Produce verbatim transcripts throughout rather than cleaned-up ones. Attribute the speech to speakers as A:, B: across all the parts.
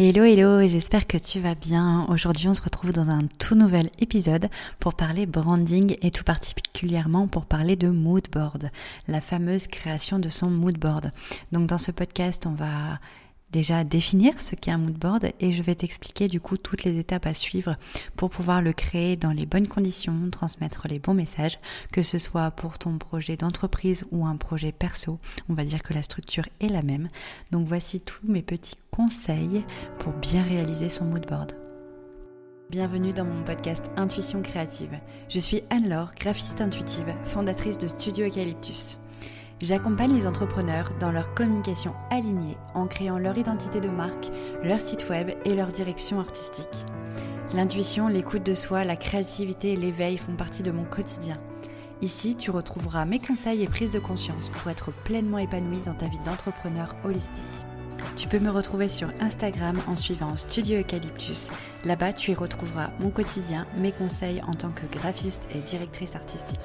A: Hello hello, j'espère que tu vas bien. Aujourd'hui on se retrouve dans un tout nouvel épisode pour parler branding et tout particulièrement pour parler de mood board, la fameuse création de son mood board. Donc dans ce podcast on va déjà définir ce qu'est un mood board et je vais t'expliquer du coup toutes les étapes à suivre pour pouvoir le créer dans les bonnes conditions, transmettre les bons messages, que ce soit pour ton projet d'entreprise ou un projet perso. On va dire que la structure est la même. Donc voici tous mes petits conseils pour bien réaliser son mood board. Bienvenue dans mon podcast Intuition Créative. Je suis Anne-Laure, graphiste intuitive, fondatrice de Studio Eucalyptus. J'accompagne les entrepreneurs dans leur communication alignée en créant leur identité de marque, leur site web et leur direction artistique. L'intuition, l'écoute de soi, la créativité et l'éveil font partie de mon quotidien. Ici, tu retrouveras mes conseils et prises de conscience pour être pleinement épanoui dans ta vie d'entrepreneur holistique. Tu peux me retrouver sur Instagram en suivant Studio Eucalyptus. Là-bas, tu y retrouveras mon quotidien, mes conseils en tant que graphiste et directrice artistique.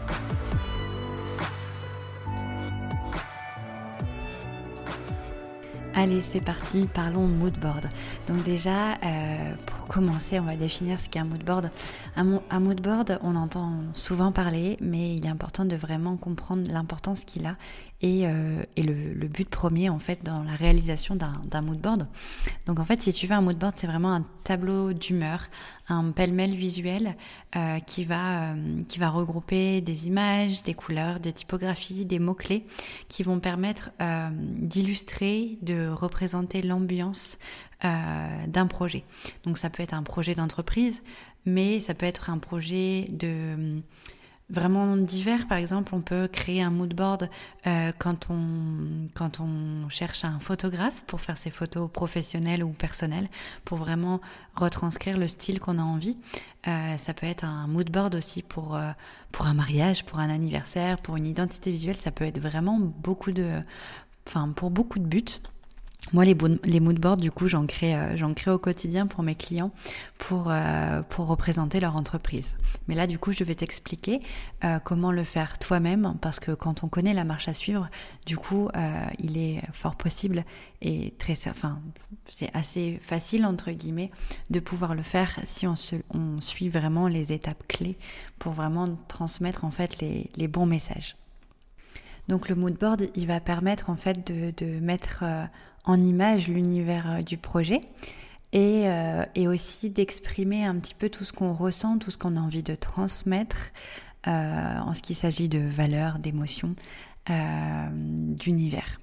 A: Allez, c'est parti, parlons mood board. Donc déjà, euh, pour commencer, on va définir ce qu'est un mood board. Un, un mood board, on entend souvent parler, mais il est important de vraiment comprendre l'importance qu'il a et, euh, et le, le but premier en fait dans la réalisation d'un, d'un mood board. Donc en fait, si tu veux un mood board, c'est vraiment un tableau d'humeur, un pêle-mêle visuel euh, qui va euh, qui va regrouper des images, des couleurs, des typographies, des mots-clés qui vont permettre euh, d'illustrer, de représenter l'ambiance euh, d'un projet. Donc ça peut être un projet d'entreprise, mais ça peut être un projet de vraiment divers. Par exemple, on peut créer un mood board euh, quand on quand on cherche un photographe pour faire ses photos professionnelles ou personnelles, pour vraiment retranscrire le style qu'on a envie. Euh, ça peut être un mood board aussi pour euh, pour un mariage, pour un anniversaire, pour une identité visuelle. Ça peut être vraiment beaucoup de, enfin pour beaucoup de buts. Moi, les, bo- les mood boards, du coup, j'en crée, euh, j'en crée au quotidien pour mes clients, pour euh, pour représenter leur entreprise. Mais là, du coup, je vais t'expliquer euh, comment le faire toi-même, parce que quand on connaît la marche à suivre, du coup, euh, il est fort possible et très, enfin, c'est assez facile entre guillemets de pouvoir le faire si on se, on suit vraiment les étapes clés pour vraiment transmettre en fait les les bons messages. Donc le mood board, il va permettre en fait de de mettre euh, en image l'univers du projet et, euh, et aussi d'exprimer un petit peu tout ce qu'on ressent, tout ce qu'on a envie de transmettre euh, en ce qui s'agit de valeurs, d'émotions, euh, d'univers.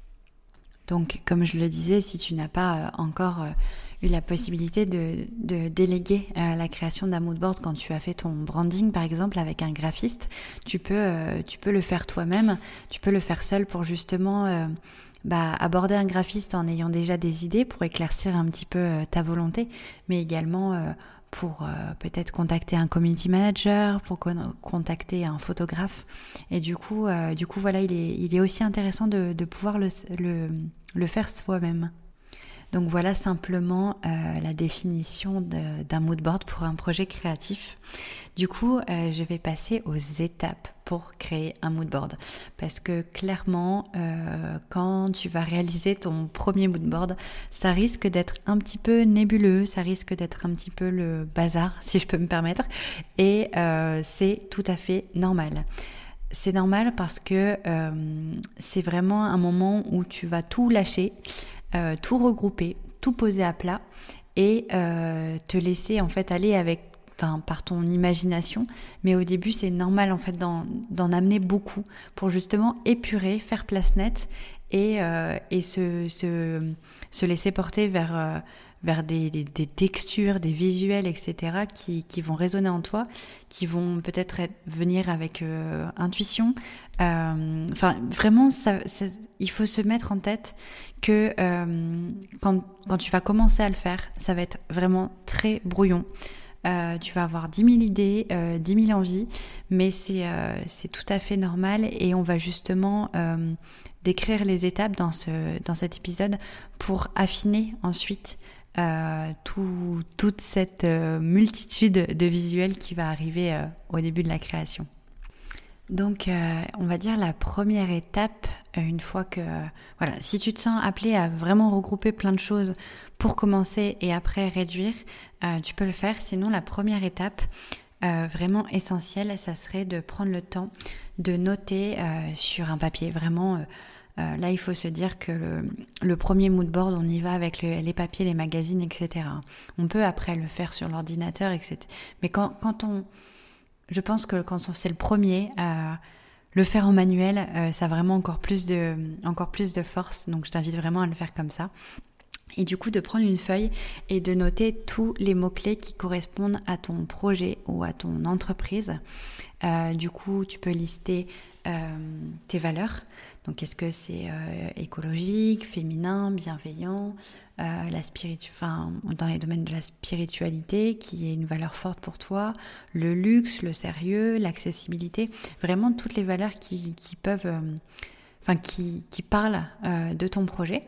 A: Donc comme je le disais, si tu n'as pas encore euh, eu la possibilité de, de déléguer euh, la création d'un mood board quand tu as fait ton branding par exemple avec un graphiste, tu peux, euh, tu peux le faire toi-même, tu peux le faire seul pour justement euh, bah, aborder un graphiste en ayant déjà des idées pour éclaircir un petit peu euh, ta volonté, mais également euh, pour euh, peut-être contacter un community manager, pour con- contacter un photographe. Et du coup, euh, du coup voilà, il est, il est aussi intéressant de, de pouvoir le, le, le faire soi-même. Donc voilà simplement euh, la définition de, d'un mood board pour un projet créatif. Du coup, euh, je vais passer aux étapes pour créer un mood board. Parce que clairement, euh, quand tu vas réaliser ton premier mood board, ça risque d'être un petit peu nébuleux, ça risque d'être un petit peu le bazar, si je peux me permettre. Et euh, c'est tout à fait normal. C'est normal parce que euh, c'est vraiment un moment où tu vas tout lâcher, Euh, tout regrouper, tout poser à plat et euh, te laisser en fait aller avec, enfin, par ton imagination. Mais au début, c'est normal en fait d'en, d'en amener beaucoup pour justement épurer, faire place nette et, euh, et se, se, se laisser porter vers, euh, vers des, des, des textures, des visuels, et cetera qui, qui vont résonner en toi, qui vont peut-être être, venir avec euh, intuition. Euh, enfin, vraiment, ça, ça, il faut se mettre en tête que euh, quand, quand tu vas commencer à le faire, ça va être vraiment très brouillon. Euh, tu vas avoir dix mille idées, euh, dix mille envies, mais c'est, euh, c'est tout à fait normal et on va justement euh, décrire les étapes dans, ce, dans cet épisode pour affiner ensuite euh, tout, toute cette euh, multitude de visuels qui va arriver euh, au début de la création. Donc, euh, on va dire la première étape, euh, une fois que... Euh, voilà, si tu te sens appelé à vraiment regrouper plein de choses pour commencer et après réduire, euh, tu peux le faire. Sinon, la première étape, euh, vraiment essentielle, ça serait de prendre le temps de noter euh, sur un papier. Vraiment, euh, euh, là, il faut se dire que le, le premier mood board, on y va avec le, les papiers, les magazines, et cetera. On peut après le faire sur l'ordinateur, et cetera. Mais quand, quand on... Je pense que quand c'est le premier, euh, le faire en manuel, euh, ça a vraiment encore plus de, encore plus de force. Donc je t'invite vraiment à le faire comme ça. Et du coup, de prendre une feuille et de noter tous les mots-clés qui correspondent à ton projet ou à ton entreprise. Euh, du coup, tu peux lister euh, tes valeurs. Donc, est-ce que c'est euh, écologique, féminin, bienveillant, euh, la spiritu- enfin, dans les domaines de la spiritualité, qui est une valeur forte pour toi, le luxe, le sérieux, l'accessibilité, vraiment toutes les valeurs qui, qui peuvent, euh, enfin, qui, qui parlent euh, de ton projet.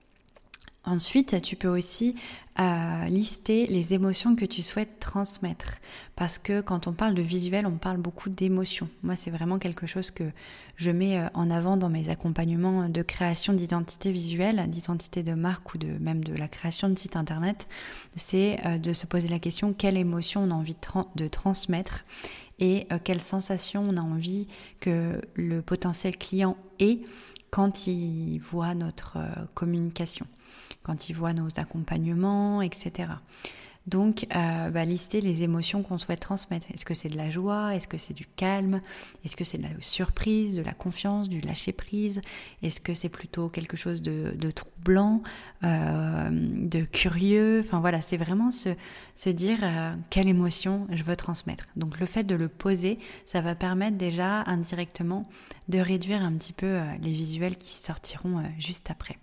A: Ensuite, tu peux aussi euh, lister les émotions que tu souhaites transmettre. Parce que quand on parle de visuel, on parle beaucoup d'émotions. Moi, c'est vraiment quelque chose que je mets en avant dans mes accompagnements de création d'identité visuelle, d'identité de marque ou de, même de la création de site internet. C'est euh, de se poser la question quelle émotion on a envie de, tra- de transmettre et euh, quelle sensation on a envie que le potentiel client ait quand il voit notre euh, communication, quand il voit nos accompagnements, et cetera. Donc, euh, bah, lister les émotions qu'on souhaite transmettre. Est-ce que c'est de la joie? Est-ce que c'est du calme? Est-ce que c'est de la surprise, de la confiance, du lâcher-prise? Est-ce que c'est plutôt quelque chose de, de troublant, euh, de curieux? Enfin voilà, c'est vraiment se, se dire euh, quelle émotion je veux transmettre. Donc, le fait de le poser, ça va permettre déjà indirectement de réduire un petit peu euh, les visuels qui sortiront euh, juste après.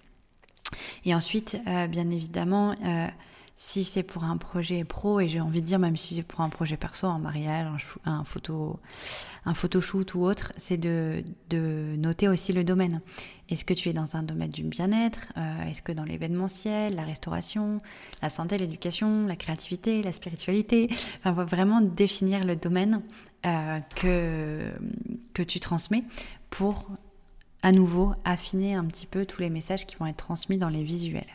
A: Et ensuite, euh, bien évidemment, euh, si c'est pour un projet pro, et j'ai envie de dire même si c'est pour un projet perso, un mariage, un, un, photo, un photoshoot ou autre, c'est de, de noter aussi le domaine. Est-ce que tu es dans un domaine du bien-être? euh, Est-ce que dans l'événementiel, la restauration, la santé, l'éducation, la créativité, la spiritualité? Enfin, on va vraiment définir le domaine euh, que, que tu transmets pour à nouveau affiner un petit peu tous les messages qui vont être transmis dans les visuels.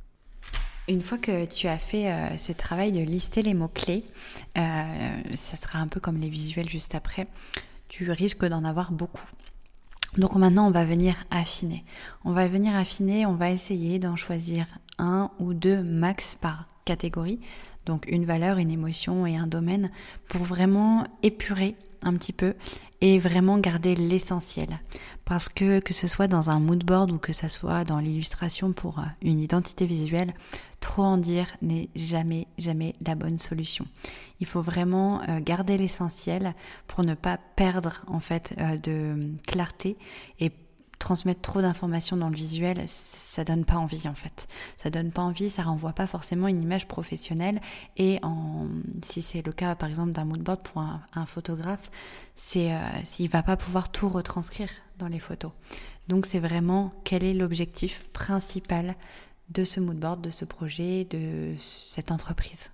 A: Une fois que tu as fait euh, ce travail de lister les mots-clés, euh, ça sera un peu comme les visuels juste après, tu risques d'en avoir beaucoup. Donc maintenant, on va venir affiner. On va venir affiner, on va essayer d'en choisir un ou deux max par catégorie. Donc une valeur, une émotion et un domaine pour vraiment épurer un petit peu et vraiment garder l'essentiel. Parce que que ce soit dans un mood board ou que ce soit dans l'illustration pour une identité visuelle, trop en dire n'est jamais, jamais la bonne solution. Il faut vraiment garder l'essentiel pour ne pas perdre en fait de clarté et transmettre trop d'informations dans le visuel, ça donne pas envie en fait. Ça donne pas envie, ça renvoie pas forcément une image professionnelle et en, si c'est le cas par exemple d'un mood board pour un, un photographe, c'est, euh, il va pas pouvoir tout retranscrire dans les photos. Donc c'est vraiment quel est l'objectif principal de ce mood board, de ce projet, de cette entreprise.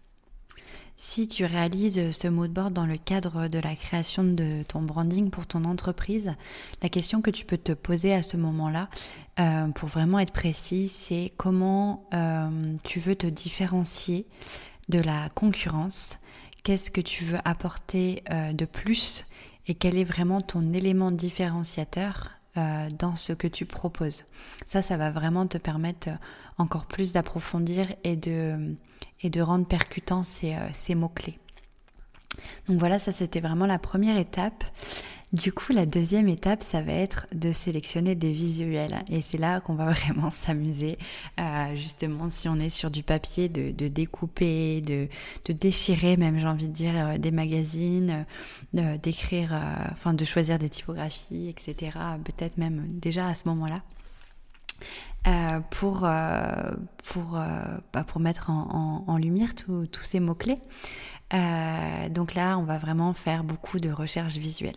A: Si tu réalises ce mood board dans le cadre de la création de ton branding pour ton entreprise, la question que tu peux te poser à ce moment-là, euh, pour vraiment être précis, c'est comment euh, tu veux te différencier de la concurrence, qu'est-ce que tu veux apporter euh, de plus et quel est vraiment ton élément différenciateur euh, dans ce que tu proposes. Ça, ça va vraiment te permettre encore plus d'approfondir et de, et de rendre percutants ces, euh, ces mots-clés. Donc voilà, ça c'était vraiment la première étape. Du coup, la deuxième étape, ça va être de sélectionner des visuels. Et c'est là qu'on va vraiment s'amuser. Euh, justement, si on est sur du papier, de, de découper, de, de déchirer, même j'ai envie de dire, euh, des magazines, euh, d'écrire, euh, enfin de choisir des typographies, et cetera. Peut-être même déjà à ce moment-là. Euh, pour, euh, pour, euh, bah, pour mettre en, en, en lumière tous ces mots-clés. Euh, donc là, on va vraiment faire beaucoup de recherche visuelle.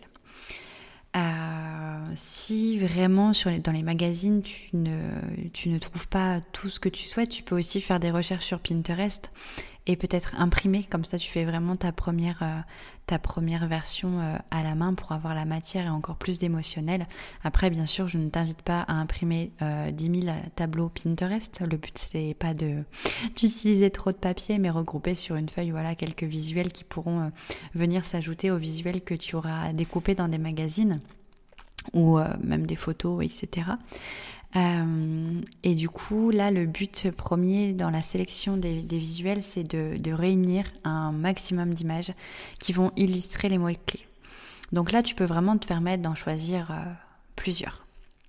A: Euh, si vraiment sur les, dans les magazines tu ne, tu ne trouves pas tout ce que tu souhaites, tu peux aussi faire des recherches sur Pinterest et peut-être imprimer, comme ça tu fais vraiment ta première, euh, ta première version euh, à la main pour avoir la matière et encore plus d'émotionnel. Après bien sûr je ne t'invite pas à imprimer euh, dix mille tableaux Pinterest, le but c'est pas de d'utiliser trop de papier mais regrouper sur une feuille voilà, quelques visuels qui pourront euh, venir s'ajouter aux visuels que tu auras découpés dans des magazines ou euh, même des photos, et cetera. Euh, et du coup, là, le but premier dans la sélection des, des visuels, c'est de, de réunir un maximum d'images qui vont illustrer les mots-clés. Donc là, tu peux vraiment te permettre d'en choisir euh, plusieurs.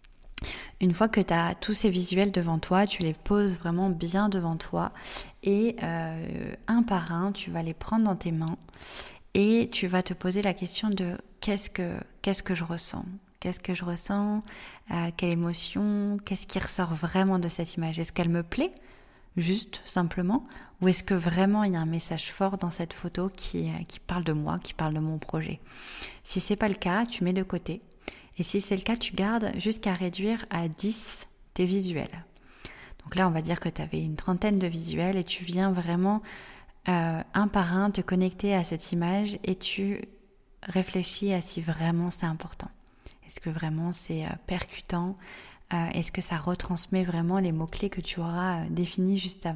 A: Une fois que tu as tous ces visuels devant toi, tu les poses vraiment bien devant toi et euh, un par un, tu vas les prendre dans tes mains et tu vas te poser la question de qu'est-ce que, qu'est-ce que je ressens ? Qu'est-ce que je ressens ? euh, Quelle émotion ? Qu'est-ce qui ressort vraiment de cette image ? Est-ce qu'elle me plaît ? Juste, simplement ? Ou est-ce que vraiment il y a un message fort dans cette photo qui, qui parle de moi, qui parle de mon projet ? Si c'est pas le cas, tu mets de côté. Et si c'est le cas, tu gardes jusqu'à réduire à dix tes visuels. Donc là, on va dire que tu avais une trentaine de visuels et tu viens vraiment euh, un par un te connecter à cette image et tu réfléchis à si vraiment c'est important. Est-ce que vraiment c'est percutant ? euh, Est-ce que ça retransmet vraiment les mots-clés que tu auras définis juste avant ?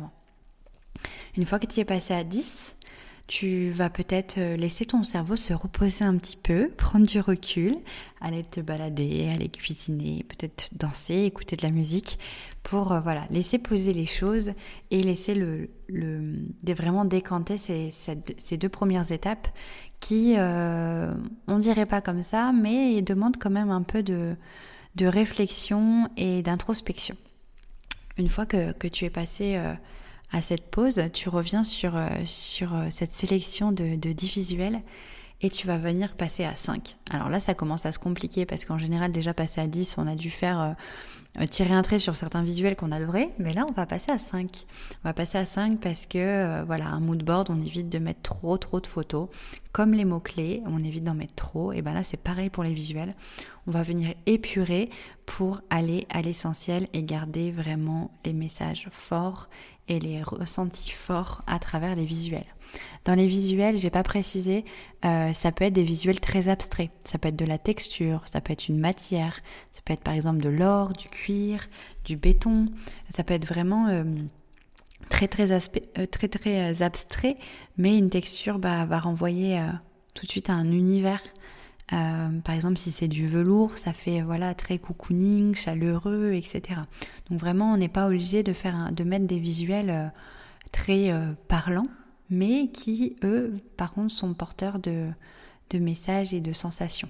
A: Une fois que tu es passé à dix, tu vas peut-être laisser ton cerveau se reposer un petit peu, prendre du recul, aller te balader, aller cuisiner, peut-être danser, écouter de la musique pour euh, voilà, laisser poser les choses et laisser le, le, de vraiment décanter ces, ces deux premières étapes qui, euh, on dirait pas comme ça, mais demandent quand même un peu de, de réflexion et d'introspection. Une fois que, que tu es passé euh, à cette pause, tu reviens sur, euh, sur cette sélection de, de dix visuels et tu vas venir passer à cinq. Alors là, ça commence à se compliquer parce qu'en général, déjà passé à dix, on a dû faire euh, tirer un trait sur certains visuels qu'on adorait, mais là, on va passer à cinq. On va passer à cinq parce que, euh, voilà, un mood board, on évite de mettre trop, trop de photos. Comme les mots-clés, on évite d'en mettre trop. Et ben là, c'est pareil pour les visuels. On va venir épurer pour aller à l'essentiel et garder vraiment les messages forts et les ressentis forts à travers les visuels. Dans les visuels, j'ai pas précisé, euh, ça peut être des visuels très abstraits. Ça peut être de la texture, ça peut être une matière, ça peut être par exemple de l'or, du cuir, du béton. Ça peut être vraiment euh, très très, aspect, euh, très très abstrait, mais une texture bah, va renvoyer euh, tout de suite à un univers. Euh, par exemple, si c'est du velours, ça fait voilà très cocooning, chaleureux, et cetera. Donc vraiment, on n'est pas obligé de faire un, de mettre des visuels euh, très euh, parlants, mais qui eux, par contre, sont porteurs de, de messages et de sensations.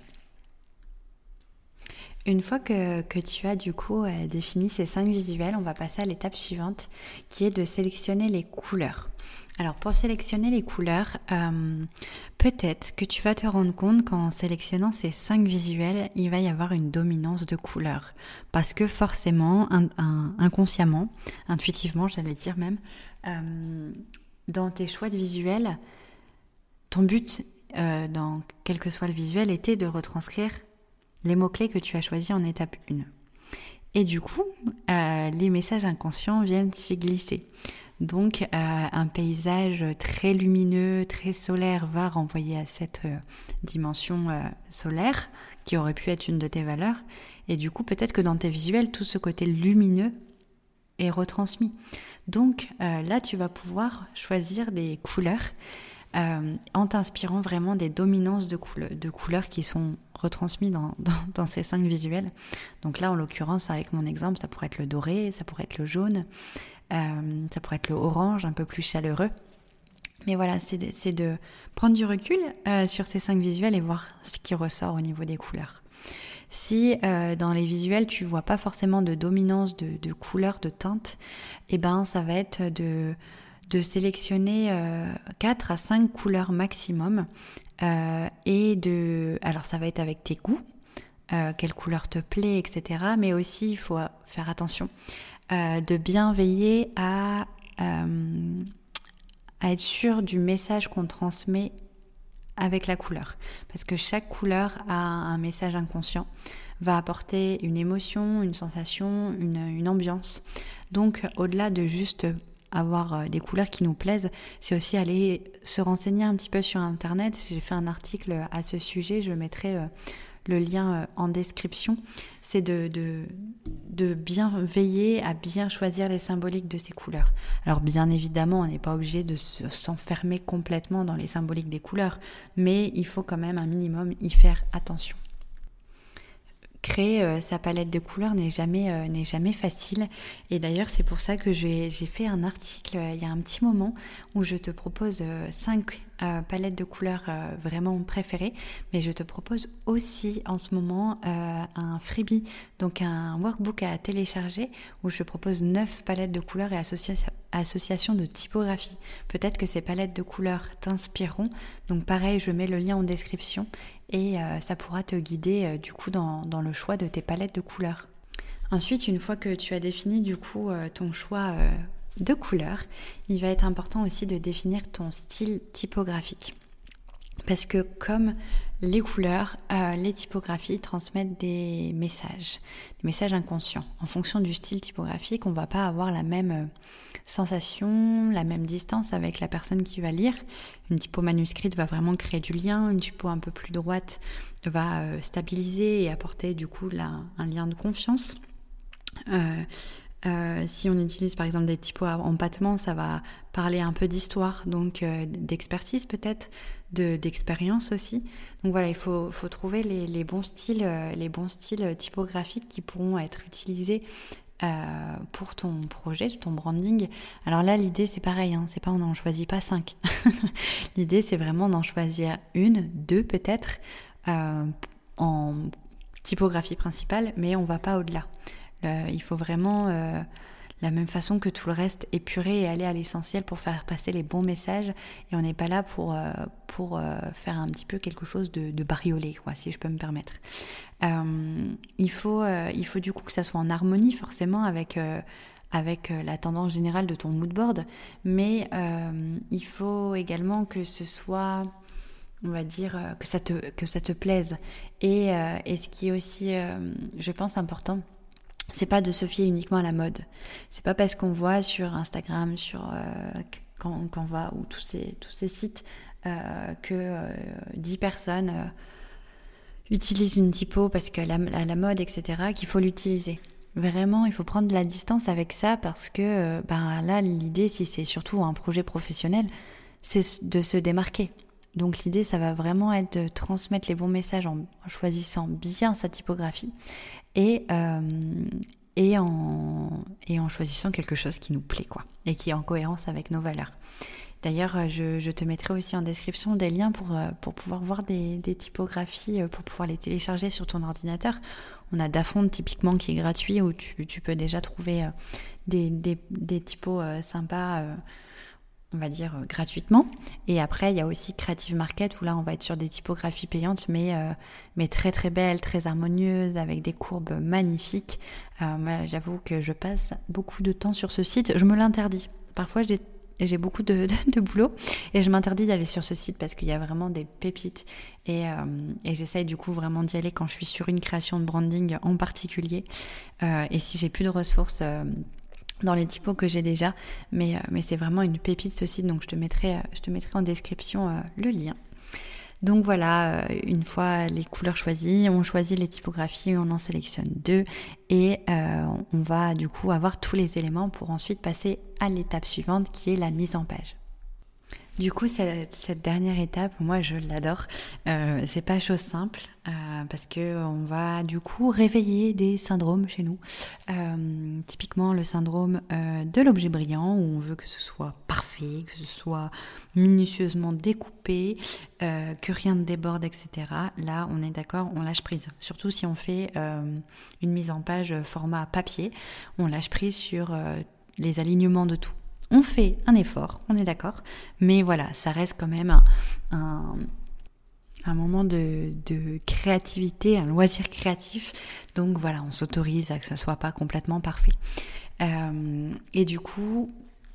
A: Une fois que, que tu as du coup euh, défini ces cinq visuels, on va passer à l'étape suivante, qui est de sélectionner les couleurs. Alors pour sélectionner les couleurs, euh, peut-être que tu vas te rendre compte qu'en sélectionnant ces cinq visuels, il va y avoir une dominance de couleurs. Parce que forcément, un, un, inconsciemment, intuitivement j'allais dire même, euh, dans tes choix de visuels, ton but, euh, dans quel que soit le visuel, était de retranscrire les mots-clés que tu as choisis en étape un. Et du coup, euh, les messages inconscients viennent s'y glisser. Donc, euh, un paysage très lumineux, très solaire va renvoyer à cette euh, dimension euh, solaire qui aurait pu être une de tes valeurs. Et du coup, peut-être que dans tes visuels, tout ce côté lumineux est retransmis. Donc, euh, là, tu vas pouvoir choisir des couleurs euh, en t'inspirant vraiment des dominances de, coule- de couleurs qui sont retransmises dans, dans, dans ces cinq visuels. Donc là, en l'occurrence, avec mon exemple, ça pourrait être le doré, ça pourrait être le jaune, Euh, ça pourrait être le orange, un peu plus chaleureux. Mais voilà, c'est de, c'est de prendre du recul euh, sur ces cinq visuels et voir ce qui ressort au niveau des couleurs. Si euh, dans les visuels, tu vois pas forcément de dominance de, de couleurs, de teintes, eh ben, ça va être de, de sélectionner euh, quatre à cinq couleurs maximum. Euh, et de, alors, ça va être avec tes goûts, euh, quelle couleur te plaît, et cetera. Mais aussi, il faut faire attention Euh, de bien veiller à, euh, à être sûr du message qu'on transmet avec la couleur. Parce que chaque couleur a un message inconscient, va apporter une émotion, une sensation, une, une ambiance. Donc au-delà de juste avoir des couleurs qui nous plaisent, c'est aussi aller se renseigner un petit peu sur internet. J'ai fait un article à ce sujet, je mettrai le lien en description. C'est de, de, de bien veiller à bien choisir les symboliques de ces couleurs. Alors bien évidemment, on n'est pas obligé de s'enfermer complètement dans les symboliques des couleurs, mais il faut quand même un minimum y faire attention. Créer euh, sa palette de couleurs n'est jamais, euh, n'est jamais facile, et d'ailleurs c'est pour ça que j'ai, j'ai fait un article euh, il y a un petit moment où je te propose euh, cinq euh, palettes de couleurs euh, vraiment préférées, mais je te propose aussi en ce moment euh, un freebie, donc un workbook à télécharger où je te propose neuf palettes de couleurs et associa- associations de typographie. Peut-être que ces palettes de couleurs t'inspireront, donc pareil, je mets le lien en description. Et euh, ça pourra te guider euh, du coup dans, dans le choix de tes palettes de couleurs. Ensuite, une fois que tu as défini du coup euh, ton choix euh, de couleurs, il va être important aussi de définir ton style typographique. Parce que comme les couleurs, euh, les typographies transmettent des messages, des messages inconscients. En fonction du style typographique, on ne va pas avoir la même euh, sensation, la même distance avec la personne qui va lire. Une typo manuscrite va vraiment créer du lien, une typo un peu plus droite va euh, stabiliser et apporter du coup là, un lien de confiance. Euh, Euh, si on utilise par exemple des typos à empattement, ça va parler un peu d'histoire, donc euh, d'expertise peut-être, de, d'expérience aussi. Donc voilà, il faut, faut trouver les, les bons styles, euh, les bons styles typographiques qui pourront être utilisés euh, pour ton projet, ton branding. Alors là, l'idée c'est pareil, hein, c'est pas on n'en choisit pas cinq. L'idée c'est vraiment d'en choisir une, deux peut-être euh, en typographie principale, mais on va pas au-delà. Le, il faut vraiment, euh, la même façon que tout le reste, épurer et aller à l'essentiel pour faire passer les bons messages. Et on n'est pas là pour, euh, pour euh, faire un petit peu quelque chose de, de bariolé, quoi, si je peux me permettre. Euh, il faut, euh, il faut du coup que ça soit en harmonie forcément avec, euh, avec la tendance générale de ton moodboard. Mais euh, il faut également que ce soit... on va dire euh, que, ça te, que ça te plaise. Et, euh, et ce qui est aussi, euh, je pense, important, c'est pas de se fier uniquement à la mode. C'est pas parce qu'on voit sur Instagram, sur euh, Canva ou tous ces, tous ces sites euh, que euh, dix personnes euh, utilisent une typo parce qu'elle a la, la mode, et cetera, qu'il faut l'utiliser. Vraiment, il faut prendre de la distance avec ça parce que euh, ben là, l'idée, si c'est surtout un projet professionnel, c'est de se démarquer. Donc l'idée, ça va vraiment être de transmettre les bons messages en choisissant bien sa typographie et, euh, et, en, et en choisissant quelque chose qui nous plaît, quoi, et qui est en cohérence avec nos valeurs. D'ailleurs, je, je te mettrai aussi en description des liens pour, pour pouvoir voir des, des typographies, pour pouvoir les télécharger sur ton ordinateur. On a Dafont typiquement qui est gratuit, où tu, tu peux déjà trouver des, des, des typos sympas, on va dire, euh, gratuitement. Et après, il y a aussi Creative Market, où là, on va être sur des typographies payantes, mais, euh, mais très très belles, très harmonieuses, avec des courbes magnifiques. Euh, moi, j'avoue que je passe beaucoup de temps sur ce site. Je me l'interdis. Parfois, j'ai, j'ai beaucoup de, de, de boulot et je m'interdis d'aller sur ce site parce qu'il y a vraiment des pépites. Et, euh, et j'essaye du coup vraiment d'y aller quand je suis sur une création de branding en particulier. Euh, et si j'ai plus de ressources... Euh, dans les typos que j'ai déjà, mais, mais c'est vraiment une pépite ce site, donc je te mettrai, je te mettrai en description euh, le lien. Donc voilà, euh, une fois les couleurs choisies, on choisit les typographies, on en sélectionne deux et euh, on va du coup avoir tous les éléments pour ensuite passer à l'étape suivante qui est la mise en page. Du coup, cette, cette dernière étape, moi, je l'adore. Euh, c'est pas chose simple euh, parce que on va du coup réveiller des syndromes chez nous. Euh, typiquement, le syndrome euh, de l'objet brillant, où on veut que ce soit parfait, que ce soit minutieusement découpé, euh, que rien ne déborde, et cetera. Là, on est d'accord, on lâche prise. Surtout si on fait euh, une mise en page format papier, on lâche prise sur euh, les alignements de tout. On fait un effort, on est d'accord, mais voilà, ça reste quand même un, un, un moment de, de créativité, un loisir créatif. Donc voilà, on s'autorise à que ce ne soit pas complètement parfait. Euh, et du coup,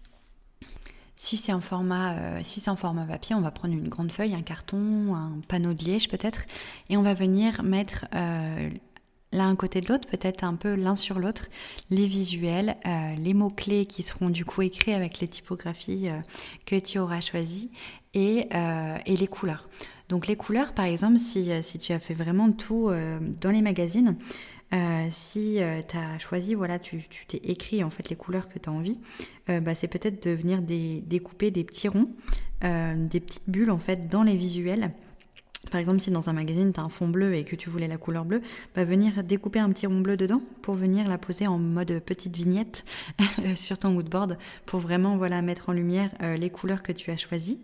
A: si c'est en format, euh, si c'est en format papier, on va prendre une grande feuille, un carton, un panneau de liège peut-être, et on va venir mettre... Euh, l'un à côté de l'autre, peut-être un peu l'un sur l'autre, les visuels, euh, les mots-clés qui seront du coup écrits avec les typographies euh, que tu auras choisies et, euh, et les couleurs. Donc les couleurs, par exemple, si, si tu as fait vraiment tout euh, dans les magazines, Euh, si euh, tu as choisi, voilà, tu, tu t'es écrit en fait les couleurs que tu as envie, euh, bah, c'est peut-être de venir dé, découper des petits ronds, euh, des petites bulles en fait dans les visuels. Par exemple, si dans un magazine tu as un fond bleu et que tu voulais la couleur bleue, bah, venir découper un petit rond bleu dedans pour venir la poser en mode petite vignette sur ton moodboard pour vraiment voilà, mettre en lumière euh, les couleurs que tu as choisies.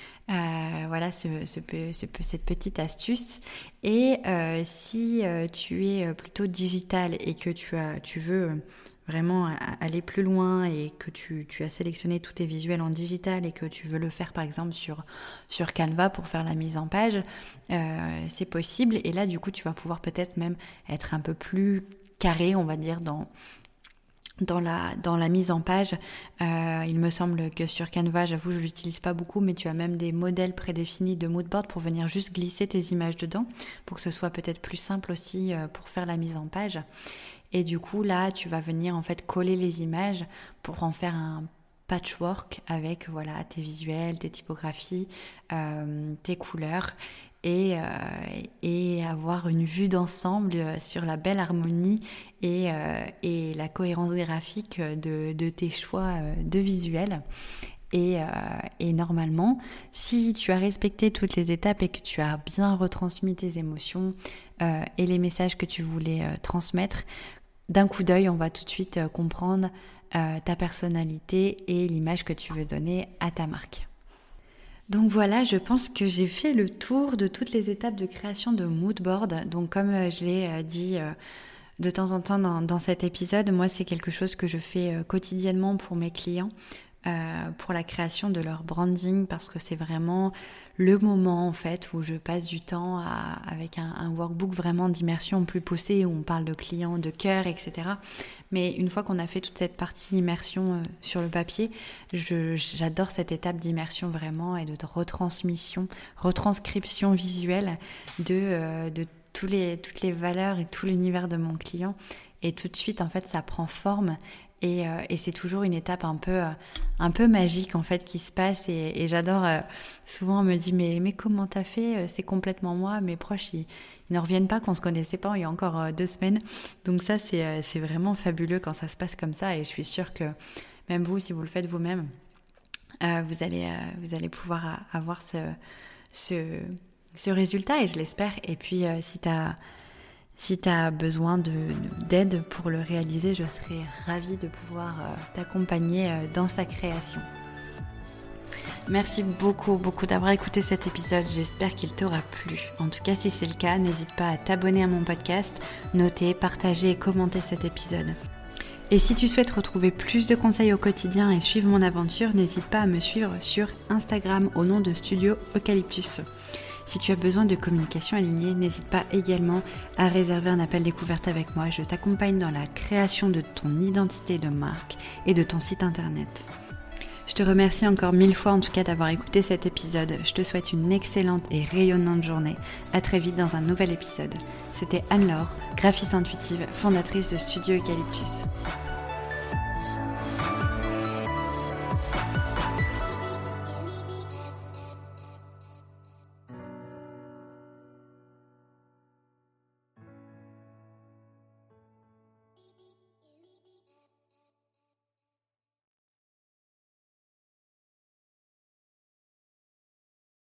A: Euh, voilà ce, ce, ce, cette petite astuce. Et euh, si euh, tu es plutôt digital et que tu, as, tu veux vraiment aller plus loin et que tu, tu as sélectionné tous tes visuels en digital et que tu veux le faire par exemple sur, sur Canva pour faire la mise en page, euh, c'est possible. Et là du coup tu vas pouvoir peut-être même être un peu plus carré, on va dire, dans... Dans la, dans la mise en page. Euh, il me semble que sur Canva, j'avoue, je ne l'utilise pas beaucoup, mais tu as même des modèles prédéfinis de moodboard pour venir juste glisser tes images dedans, pour que ce soit peut-être plus simple aussi euh, pour faire la mise en page. Et du coup, là, tu vas venir en fait coller les images pour en faire un patchwork avec voilà, tes visuels, tes typographies, euh, tes couleurs. Et, euh, et avoir une vue d'ensemble sur la belle harmonie et, euh, et la cohérence graphique de, de tes choix de visuels. Et, euh, et normalement, si tu as respecté toutes les étapes et que tu as bien retransmis tes émotions euh, et les messages que tu voulais euh, transmettre, d'un coup d'œil, on va tout de suite euh, comprendre euh, ta personnalité et l'image que tu veux donner à ta marque. Donc voilà, je pense que j'ai fait le tour de toutes les étapes de création de moodboard. Donc comme je l'ai dit de temps en temps dans, dans cet épisode, moi c'est quelque chose que je fais quotidiennement pour mes clients, euh, pour la création de leur branding, parce que c'est vraiment le moment en fait où je passe du temps à, avec un, un workbook vraiment d'immersion plus poussé, où on parle de clients, de cœur, et cetera. Mais une fois qu'on a fait toute cette partie immersion euh, sur le papier, je, j'adore cette étape d'immersion vraiment et de retransmission, retranscription visuelle de, euh, de tous les, toutes les valeurs et tout l'univers de mon client. Et tout de suite, en fait, ça prend forme. Et, euh, et c'est toujours une étape un peu, euh, un peu magique en fait qui se passe et, et j'adore, euh, souvent on me dit mais, mais comment t'as fait, c'est complètement moi, mes proches ils, ils ne reviennent pas qu'on se connaissait pas il y a encore euh, deux semaines, donc ça c'est, euh, c'est vraiment fabuleux quand ça se passe comme ça et je suis sûre que même vous, si vous le faites vous-même, euh, vous, allez, euh, vous allez pouvoir avoir ce, ce, ce résultat et je l'espère. Et puis euh, si t'as Si tu as besoin de, d'aide pour le réaliser, je serai ravie de pouvoir euh, t'accompagner euh, dans sa création. Merci beaucoup, beaucoup d'avoir écouté cet épisode. J'espère qu'il t'aura plu. En tout cas, si c'est le cas, n'hésite pas à t'abonner à mon podcast, noter, partager et commenter cet épisode. Et si tu souhaites retrouver plus de conseils au quotidien et suivre mon aventure, n'hésite pas à me suivre sur Instagram au nom de Studio Eucalyptus. Si tu as besoin de communication alignée, n'hésite pas également à réserver un appel découverte avec moi. Je t'accompagne dans la création de ton identité de marque et de ton site internet. Je te remercie encore mille fois en tout cas d'avoir écouté cet épisode. Je te souhaite une excellente et rayonnante journée. À très vite dans un nouvel épisode. C'était Anne-Laure, graphiste intuitive, fondatrice de Studio Eucalyptus.